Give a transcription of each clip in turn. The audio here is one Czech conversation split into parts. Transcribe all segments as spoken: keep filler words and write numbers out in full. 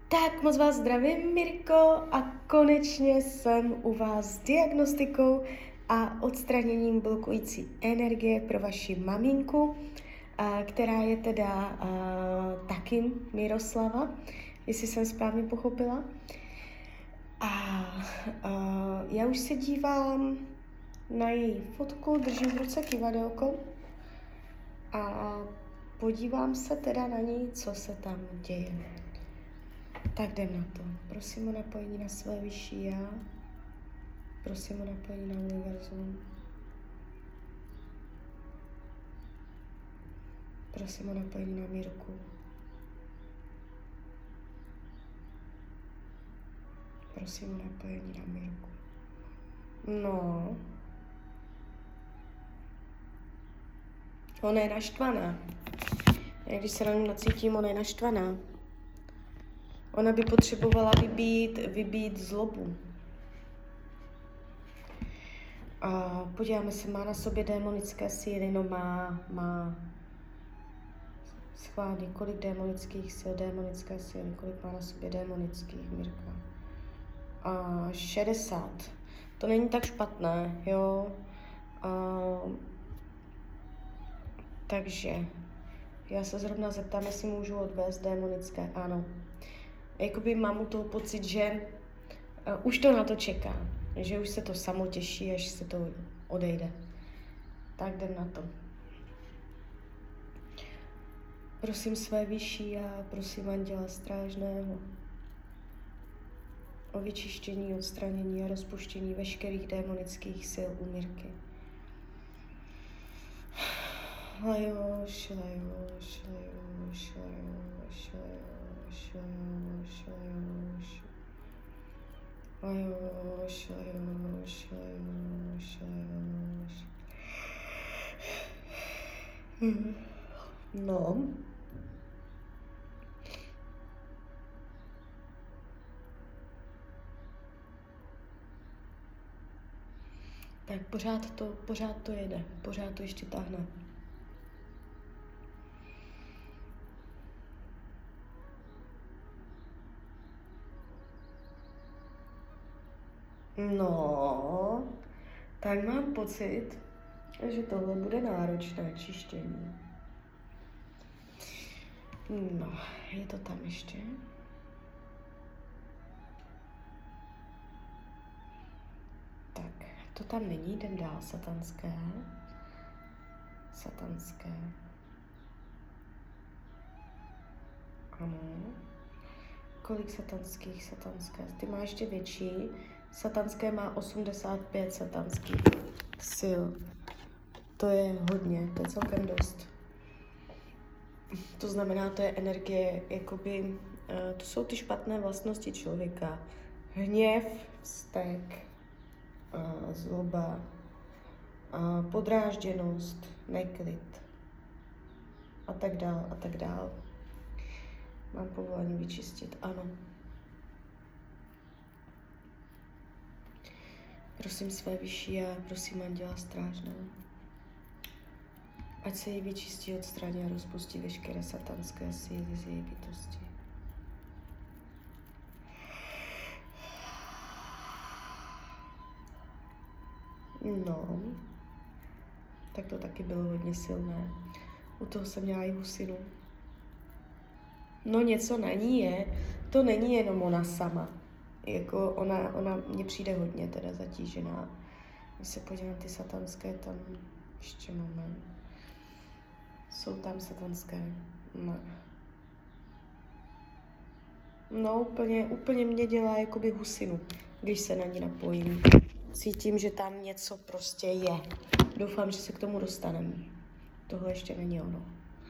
Tak moc vás zdravím, Mirko, a konečně jsem u vás s diagnostikou a odstraněním blokující energie pro vaši maminku, a, která je teda a, taky Miroslava, jestli jsem správně pochopila. A, a já už se dívám na její fotku, držím v ruce kivadelko a podívám se teda na ní, co se tam děje. Tak jdem na to. Prosím o napojení na své vyšší já. Prosím o napojení na univerzum. Prosím o napojení na Mirku. Prosím o napojení na Mirku. No. Ona je naštvaná. Já když se na ní nacítím, ona je naštvaná. Ona by potřebovala vybít, vybít zlobu. A podíváme se, má na sobě démonické síly, no má, má. Schválně, kolik démonických sil, démonické síly, kolik má na sobě démonických, Mirka. A šedesát. To není tak špatné, jo. A, takže já se zrovna zeptám, jestli můžu odvést démonické. Ano. Jakoby mám u toho pocit, že uh, už to na to čeká. Že už se to samo těší, až se to odejde. Tak jdem na to. Prosím své vyšší a prosím anděla strážného o vyčištění, odstranění a rozpuštění veškerých démonických sil u Mirky. Lajoš, lajoš, lajoš, lajoš, lajoš, lajoš, lajoš. Lajoš, lajoš, lajoš, lajoš. No. Tak pořád to, pořád to jede, pořád to ještě táhne. No, tak mám pocit, že tohle bude náročné čištění. No, je to tam ještě. Tak, to tam není, jdem dál, satanské. Satanské. Ano. Kolik satanských, satanské? Ty máš ještě větší. Satanské má osmdesát pět satanských sil. To je hodně, to je celkem dost. To znamená, to je energie, jakoby, to jsou ty špatné vlastnosti člověka. Hněv, vztek, zloba, podrážděnost, neklid a tak dál a tak dál. Mám povolení vyčistit, ano. Prosím své vyšší a prosím anděla strážného. Ať se jí vyčistí, odstraní a rozpustí veškeré satanské síly z její bytosti. No, tak to taky bylo hodně silné. U toho jsem měla i husinu. No něco na ní je, to není jenom ona sama. Jako ona, ona mně přijde hodně teda zatížená. Když se podívám, ty satanské tam ještě moment. Jsou tam satanské. No. No úplně, úplně mě dělá jakoby husinu, když se na ní napojím. Cítím, že tam něco prostě je. Doufám, že se k tomu dostaneme. Tohle ještě není ono.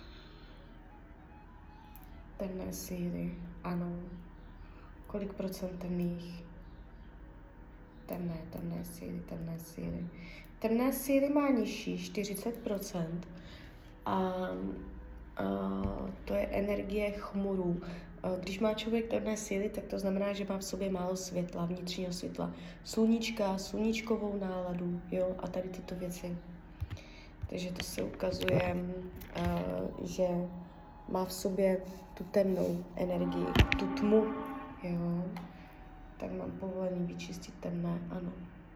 Temné síly, ano. Kolik procent temných? Temné, temné síly, temné síly. Temné síly má nižší, čtyřicet procent. A, a to je energie chmurů. Když má člověk temné síly, tak to znamená, že má v sobě málo světla, vnitřního světla. Sluníčka, sluníčkovou náladu, jo, a tady tyto věci. Takže to se ukazuje, uh, že má v sobě tu temnou energii, tu tmu, jo, tak mám povolení vyčistit temné, ano.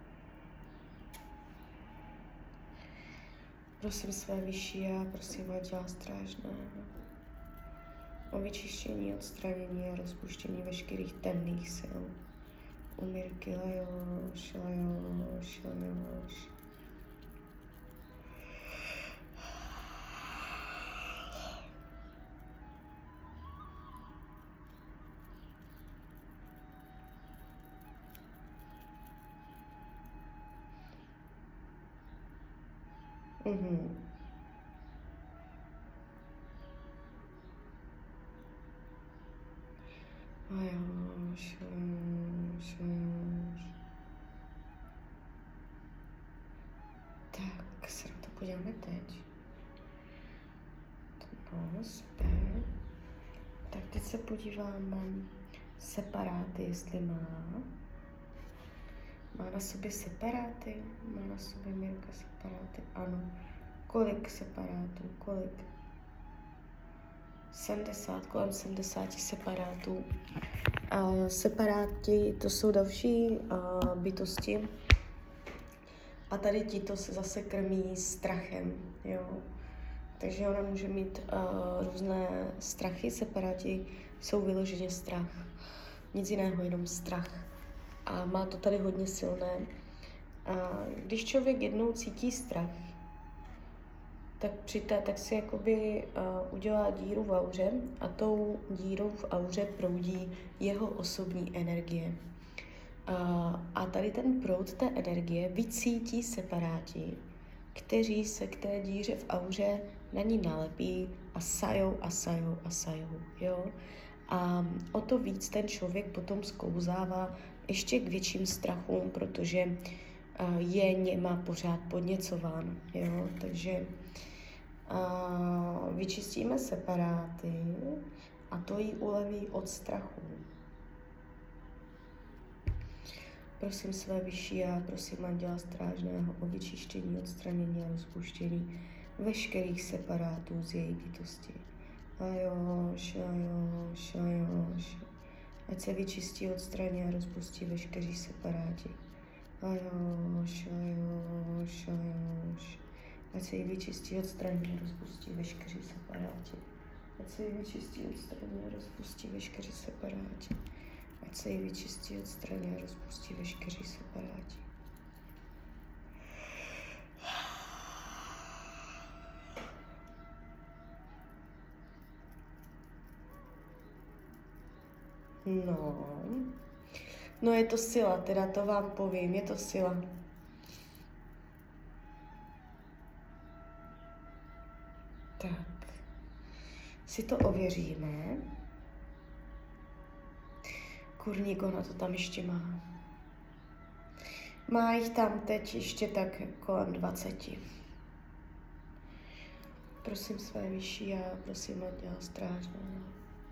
Prosím své vyšší a prosím Anděla Strážného o vyčištění, odstranění a rozpuštění veškerých temných sil. U Mirky Lajoš, Lajoš, Lajoš. Mhm. Lajoš, Lajoš, Lajoš. Tak se na to podíváme teď. No, super. Tak teď se podíváme separáty, jestli má. Má na sobě separáty? Má na sobě Mirka separáty? Ano. Kolik separátů? Kolik? sedmdesát, kolem sedmdesáti separátů. Uh, separáti, to jsou další uh, bytosti. A tady tito se zase krmí strachem, jo. Takže ona může mít uh, různé strachy, separáti jsou vyloženě strach. Nic jiného, jenom strach. A má to tady hodně silné. A když člověk jednou cítí strach, tak při té, tak si jakoby uh, udělá díru v auře a tou dírou v auře proudí jeho osobní energie. Uh, a tady ten proud té energie vycítí separáti, kteří se k té díře v auře na ní nalepí a sajou a sajou a sajou, jo. A o to víc ten člověk potom sklouzává ještě k větším strachům, protože uh, je něma pořád podněcován, jo. Takže uh, vyčistíme separáty a to jí uleví od strachu. Prosím své vyšší a prosím Anděla Strážného o vyčištění, odstranění a rozpuštění veškerých separátů z její bytosti. Ajoš, ajoš, ajoš. Ať se vyčistí, odstraní a rozpustí veškeří separáti. Ajoš, ajoš, ajoš. Ať se jí vyčistí, odstraní a rozpustí veškeří separáti. Ať se jí vyčistí, odstraní a rozpustí veškeří separáti. Ať se jí vyčistí, odstraní a rozpustí veškeří separáti. No, no je to sila, teda to vám povím, je to sila. Tak, si to ověříme. Kurník, ona to tam ještě má. Má jich tam teď ještě tak kolem dvaceti. Prosím své vyšší a prosím Anděla Strážného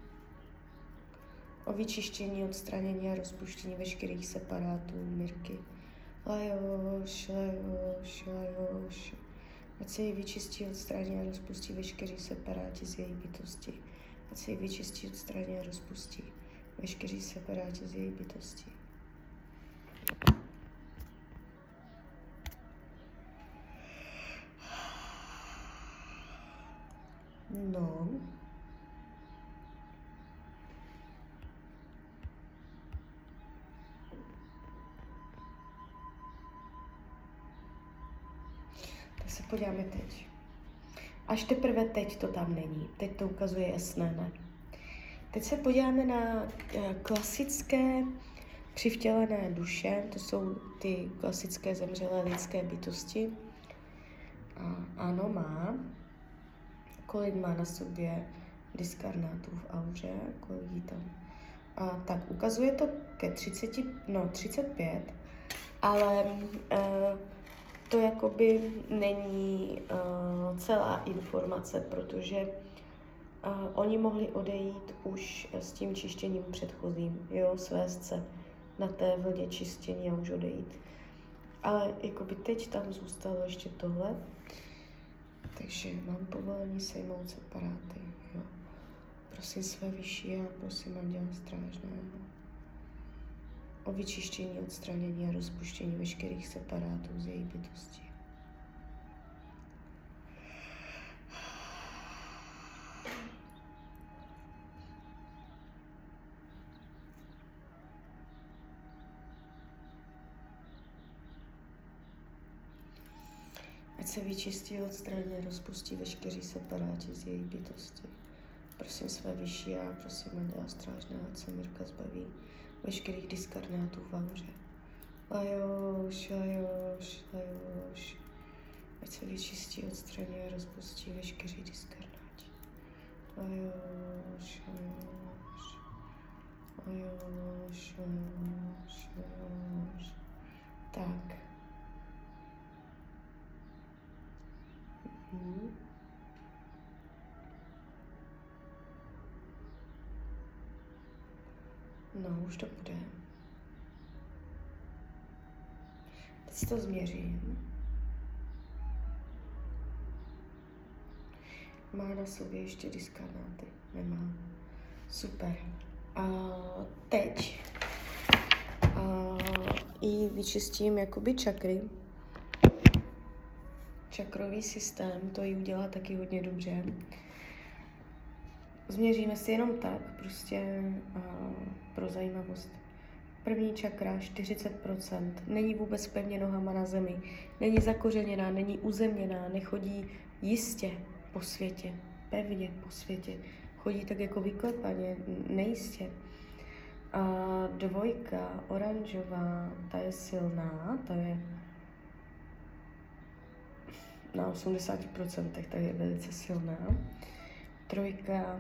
o vyčištění, odstranění a rozpuštění veškerých separátů Mirky. Lajoš, lajoš, lajoš. Ať se jí vyčistí, odstraní a rozpustí veškerý separáti z její bytosti. Ať se jí vyčistí, odstraní a rozpustí veškeří separáti z její bytosti. No. Tak se podíváme teď. Až teprve teď to tam není. Teď to ukazuje jasné ne. Teď se podíváme na klasické přivtělené duše, to jsou ty klasické zemřelé lidské bytosti. A ano, má. Kolik má na sobě diskarnátů v auře, kolik jí tam. A tak ukazuje to ke třiceti, no třicet pět, ale uh, to jakoby není uh, celá informace, protože Uh, oni mohli odejít už s tím čištěním předchozím, jo, svést se na té vlně čištění a už odejít. Ale jakoby teď tam zůstalo ještě tohle, takže mám povolení sejmout separáty, jo. Prosím své vyšší a prosím Anděla Strážného o vyčištění, odstranění a rozpuštění veškerých separátů z její bytosti. Ať se vyčistí, odstraní a rozpustí veškerý separáti z její bytosti. Prosím své vyšší já, prosím Anděla Strážného, ať se Mirka zbaví veškerých diskarnátů v auře. Lajoš, lajoš, lajoš. Ať se vyčistí, odstraní a rozpustí veškerý diskarnáti. Lajoš, lajoš. Lajoš, lajoš, lajoš. Tak. Mhm. No, už to bude. Teď si to změřím. Má na sobě ještě diskarnáty? Nemá. Super. A teď a i vyčistím jakoby čakry. Čakrový systém, to jí udělá taky hodně dobře. Změříme si jenom tak, prostě a, pro zajímavost. První čakra, čtyřicet procent, není vůbec pevně nohama na zemi, není zakořeněná, není uzemněná, nechodí jistě po světě, pevně po světě. Chodí tak jako vyklepaně, nejistě. A dvojka, oranžová, ta je silná, ta je na osmdesát procent, ta je velice silná. Trojka,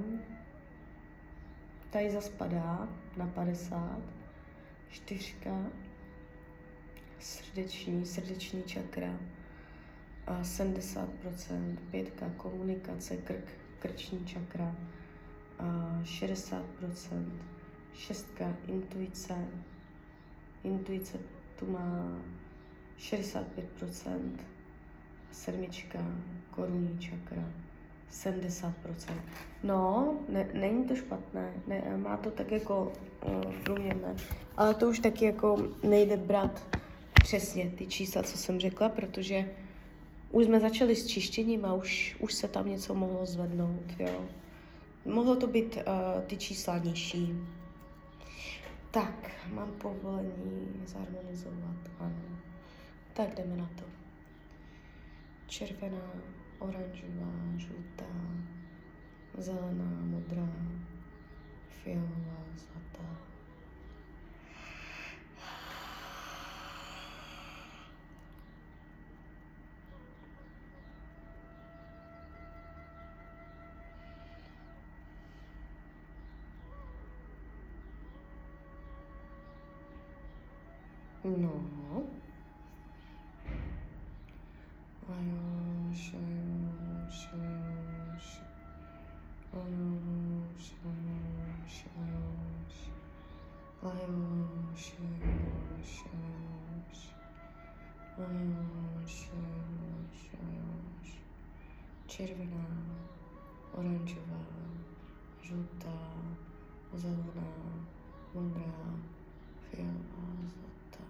tady zaspadá na padesát. Čtyřka, srdeční, srdeční čakra, a sedmdesát procent. Pětka, komunikace, krk, krční čakra, a šedesát procent. Šestka, intuice, intuice tu má šedesát pět procent. Sedmička, korunní čakra, sedmdesát procent. No, ne, není to špatné, ne, má to tak jako uh, průměrné, ale to už taky jako nejde brát přesně ty čísla, co jsem řekla, protože už jsme začali s čištěním a už, už se tam něco mohlo zvednout, jo. Mohlo to být uh, ty čísla nižší. Tak, mám povolení zharmonizovat, ano. Tak jdeme na to. Červená, oranžová, žlutá, zelená, modrá, fialová, zlatá. No. Lajoš, lajoš, lajoš. Lajoš, lajoš, lajoš. Lajoš, lajoš, lajoš. Lajoš, lajoš, lajoš. Červená, oranžová, žlutá, zelená, modrá, fialová, zlatá.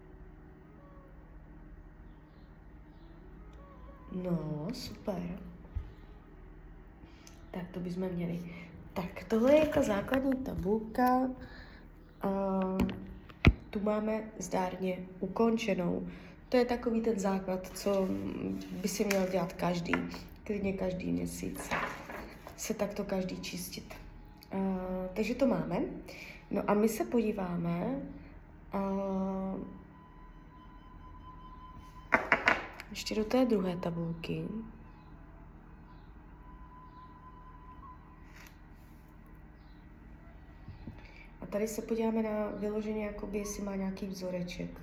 No, super. Tak to bychom měli. Tak tohle je ta základní tabulka. Uh, tu máme zdárně ukončenou. To je takový ten základ, co by si měl dělat každý. Klidně každý měsíc. Se takto každý čistit. Uh, takže to máme. No a my se podíváme uh, ještě do té druhé tabulky. A tady se podíváme na vyloženě, jakoby, jestli má nějaký vzoreček.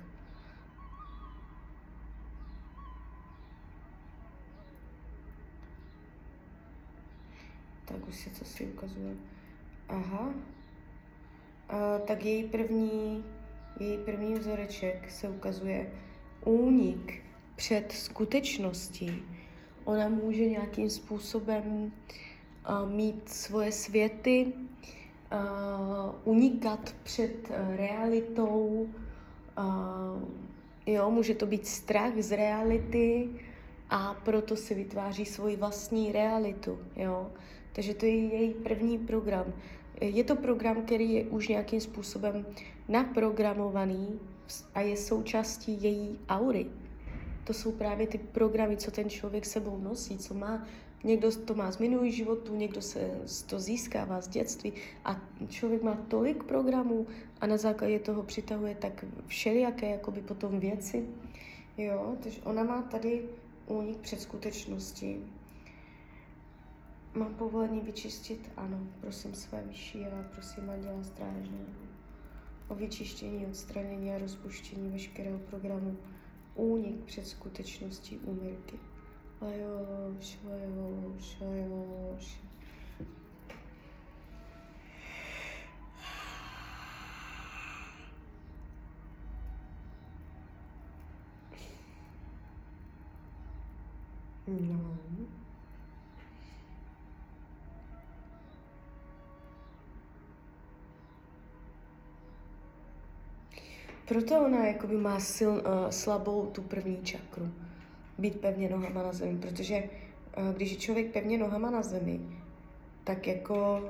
Tak už se co si ukazuje. Aha. A, tak její první, její první vzoreček se ukazuje únik před skutečností. Ona může nějakým způsobem a, mít svoje světy, uh, unikat před uh, realitou, uh, jo, může to být strach z reality a proto si vytváří svoji vlastní realitu, jo. Takže to je její první program. Je to program, který je už nějakým způsobem naprogramovaný a je součástí její aury. To jsou právě ty programy, co ten člověk sebou nosí, co má. Někdo to má z minulých životů, někdo se to získává z dětství a člověk má tolik programů a na základě toho přitahuje tak všelijaké jakoby potom věci. Jo, takže ona má tady únik před skutečností. Mám povolení vyčistit? Ano, prosím své vyšší a prosím Anděla Strážného o vyčištění, odstranění a rozpuštění veškerého programu únik před skutečností u Mirky. Lajoš, lajoš, lajoš. No. Proto ona jakoby má sil, uh, slabou tu první čakru. Být pevně nohama na zemi, protože uh, když je člověk pevně nohama na zemi, tak jako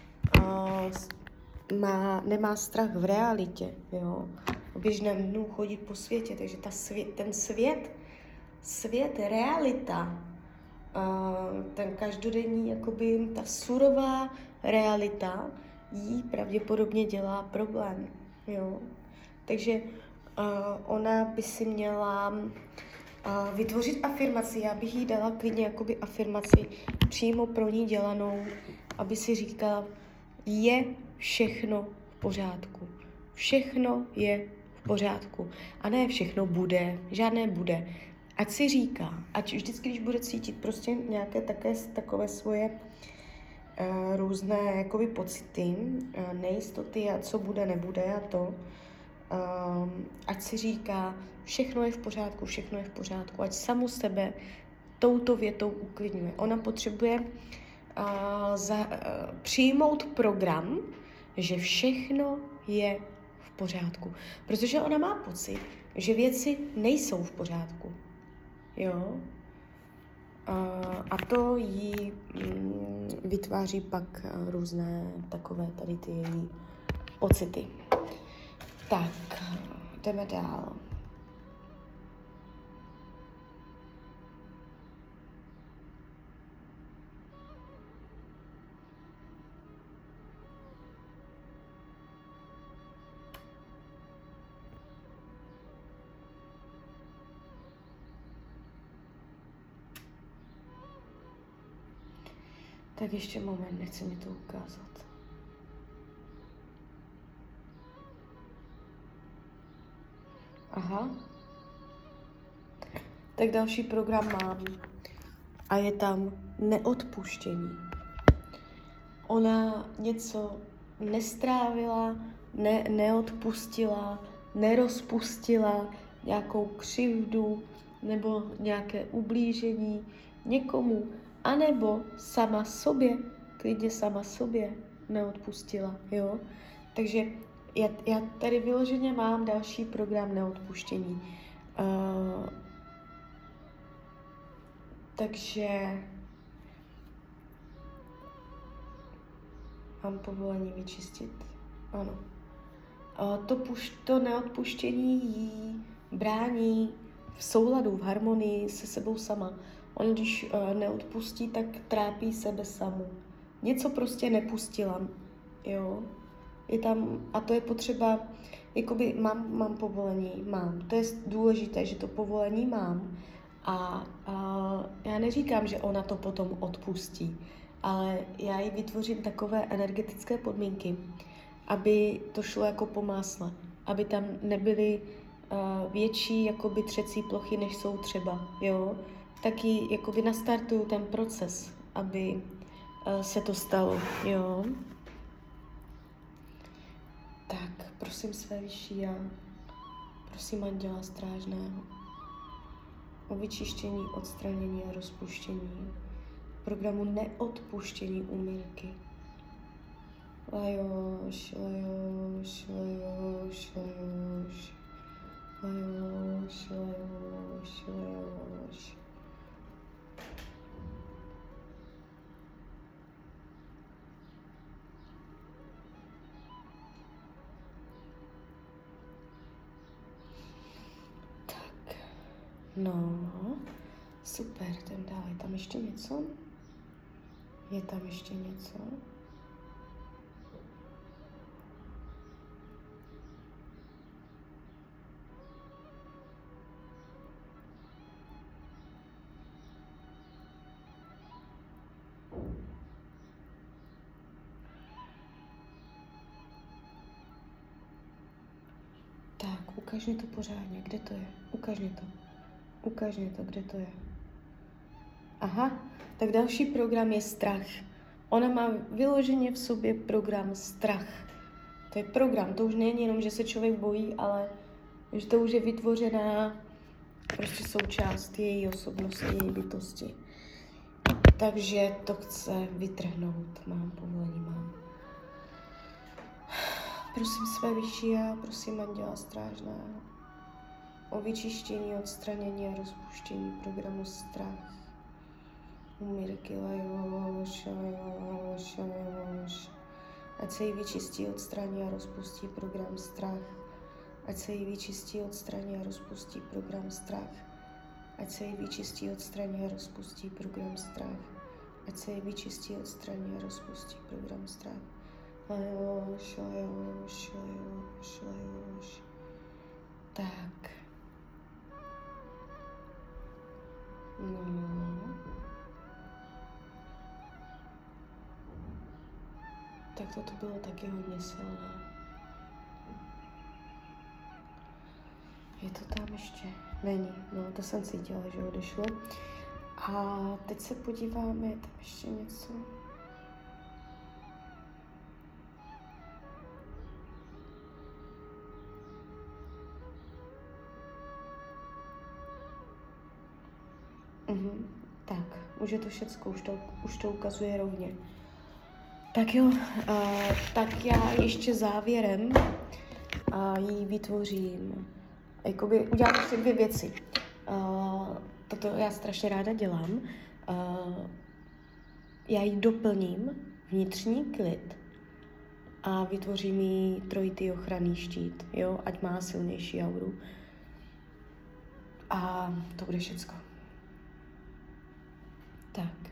uh, má, nemá strach v realitě, jo. V běžném dnu chodit po světě, takže ta svět, ten svět, svět, realita, uh, ten každodenní, jakoby ta surová realita jí pravděpodobně dělá problém, jo. Takže uh, ona by si měla uh, vytvořit afirmaci. Já bych jí dala klidně jakoby afirmaci přímo pro ní dělanou, aby si říkala, je všechno v pořádku. Všechno je v pořádku. A ne všechno bude, žádné bude. Ať si říká, ať vždycky, když bude cítit prostě nějaké také, takové svoje uh, různé jakoby pocity, uh, nejistoty a co bude, nebude a to, Um, ať si říká, všechno je v pořádku, všechno je v pořádku, ať samu sebe touto větou uklidňuje. Ona potřebuje uh, za, uh, přijmout program, že všechno je v pořádku. Protože ona má pocit, že věci nejsou v pořádku. Jo? Uh, a to jí um, vytváří pak uh, různé takové tady ty její pocity. Tak, jdeme dál. Tak ještě moment, nechci mi to ukázat. Aha. Tak další program mám. A je tam neodpuštění. Ona něco nestrávila, ne, neodpustila, nerozpustila nějakou křivdu nebo nějaké ublížení někomu, anebo sama sobě, klidně sama sobě neodpustila, jo. Takže Já, já tady vyloženě mám další program neodpuštění. Uh, takže mám povolení vyčistit. Ano. Uh, to, puš, to neodpuštění jí brání v souladu, v harmonii se sebou sama. On když uh, neodpustí, tak trápí sebe samu. Něco prostě nepustila, jo. Je tam, a to je potřeba, jakoby mám, mám povolení, mám. To je důležité, že to povolení mám. A, a já neříkám, že ona to potom odpustí, ale já jí vytvořím takové energetické podmínky, aby to šlo jako po másle. Aby tam nebyly uh, větší jakoby třecí plochy, než jsou třeba, jo. Taky jakoby nastartuju ten proces, aby uh, se to stalo, jo. Tak, prosím své vyšší já, prosím Anděla Strážného o vyčištění, odstranění a rozpuštění programu neodpuštění u Mirky. Lajoš, lajoš, lajoš, lajoš. Lajoš, lajoš, lajoš. Tak, no, super, jdem dál. Je tam ještě něco? Je tam ještě něco? Tak, ukaž mi to pořádně, kde to je? Ukaž mi to. Ukaž mi to, kde to je. Aha, tak další program je strach. Ona má vyloženě v sobě program strach. To je program, to už není jenom, že se člověk bojí, ale že to už je vytvořená prostě součást její osobnosti, její bytosti. Takže to chce vytrhnout. Mám povolení, mám. Prosím své vyšší já, prosím Anděla Strážného o vyčištění, odstranění a rozpuštění programu strach. Umírky, lajoš, lajoš, lajoš. Ať se jí vyčistí, odstraní a rozpustí program strach. Ať se jí vyčistí, odstraní a rozpustí program strach. Ať se jí vyčistí, odstraní a rozpustí program strach. Ať se jí vyčistí, odstraní a rozpustí program strach. Lajoš, lajoš, lajoš, lajoš. Tak. No. Tak toto bylo taky hodně silné. Je to tam ještě? Není. No, to jsem cítila, že odešlo. A teď se podíváme, je tam ještě něco. Mhm. Tak, už je to všecko, už to, už to ukazuje rovně. Tak jo, uh, tak já ještě závěrem uh, jí vytvořím, jakoby udělám ještě dvě věci. Uh, toto já strašně ráda dělám. Uh, já jí doplním vnitřní klid a vytvořím jí trojitý ochranný štít, jo, ať má silnější auru. A to bude všecko. Tak.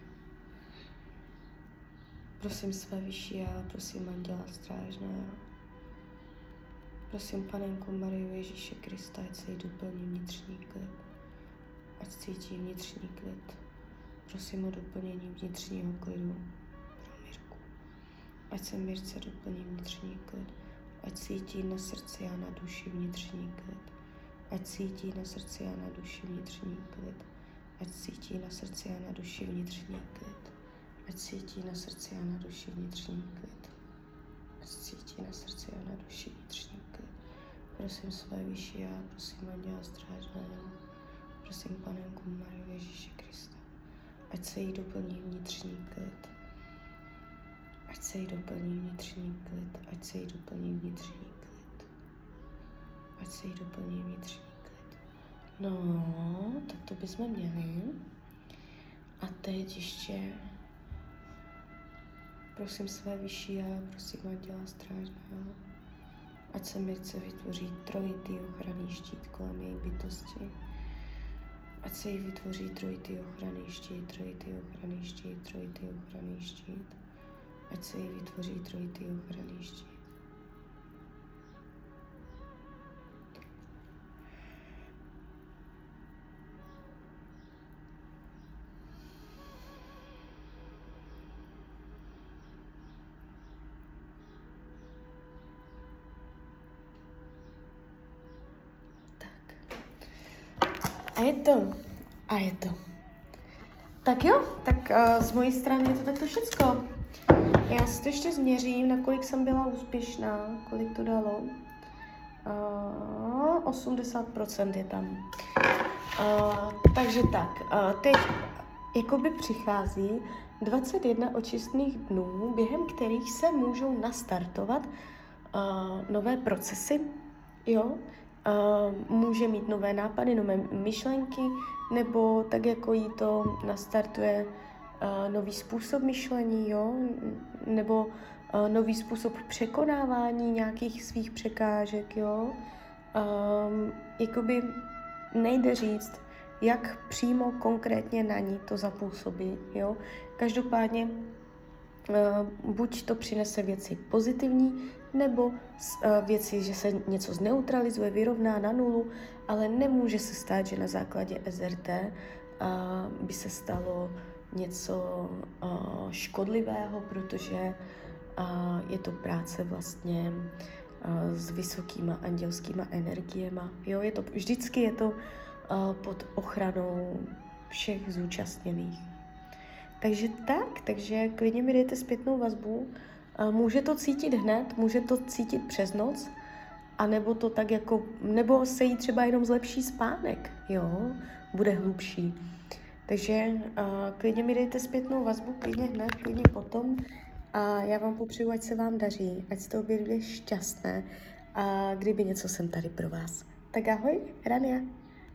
Prosím své vyšší já, prosím Anděla Strážného. Prosím Panenku Mariu Ježíše Krista, ať se jí doplní vnitřní klid. Ať cítí vnitřní klid. Prosím o doplnění vnitřního klidu pro Mirku. Ať se Mirce doplní vnitřní klid. Ať cítí na srdci a na duši vnitřní klid. Ať cítí na srdci a na duši vnitřní klid. Ať cítí na srdci a na duši vnitřní klid. Ať cítí na srdci a na duši vnitřní klid. Ať cítí na srdci a na duši vnitřní klid. Prosím své vyšší já, prosím Anděla Strážného, prosím Panenku Mariu Ježíše Krista. Ať se jí doplní vnitřní klid. Ať se jí doplní vnitřní klid. Ať se jí doplní vnitřní klid. Ať se jí doplní vnitřní klid. No, tak to bychom měli. A teď ještě prosím své vyšší já, prosím Anděla Strážného, ať se Mirce vytvoří trojitý ochranný štít kolem její bytosti. Ať se jí vytvoří trojitý ochranný štít, trojitý ochranný štít, trojitý ochranný štít. Ať se jí vytvoří trojitý ochranný štít. A je to. A je to. Tak jo, tak uh, z mojí strany je to takto všecko. Já si to ještě změřím, nakolik jsem byla úspěšná, kolik to dalo. Uh, osmdesát procent je tam. Uh, takže tak, uh, teď jakoby přichází dvacet jedna očistných dnů, během kterých se můžou nastartovat uh, nové procesy, jo? Uh, může mít nové nápady, nové myšlenky, nebo tak, jako jí to nastartuje uh, nový způsob myšlení, jo? Nebo uh, nový způsob překonávání nějakých svých překážek, jo? Um, jakoby nejde říct, jak přímo konkrétně na ní to zapůsobí, jo. Každopádně uh, buď to přinese věci pozitivní, nebo uh, věci, že se něco zneutralizuje, vyrovná na nulu, ale nemůže se stát, že na základě S R T uh, by se stalo něco uh, škodlivého, protože uh, je to práce vlastně uh, s vysokýma andělskýma energiema. Jo, je to, vždycky je to uh, pod ochranou všech zúčastněných. Takže tak, takže klidně mi dejte zpětnou vazbu. Uh, může to cítit hned, může to cítit přes noc, anebo to tak jako, nebo se jí třeba jenom zlepší spánek, jo, bude hlubší. Takže uh, klidně mi dejte zpětnou vazbu, klidně hned, klidně potom. A já vám popřeju, ať se vám daří, ať jste obě dvě šťastné a kdyby něco jsem tady pro vás. Tak ahoj, Rania.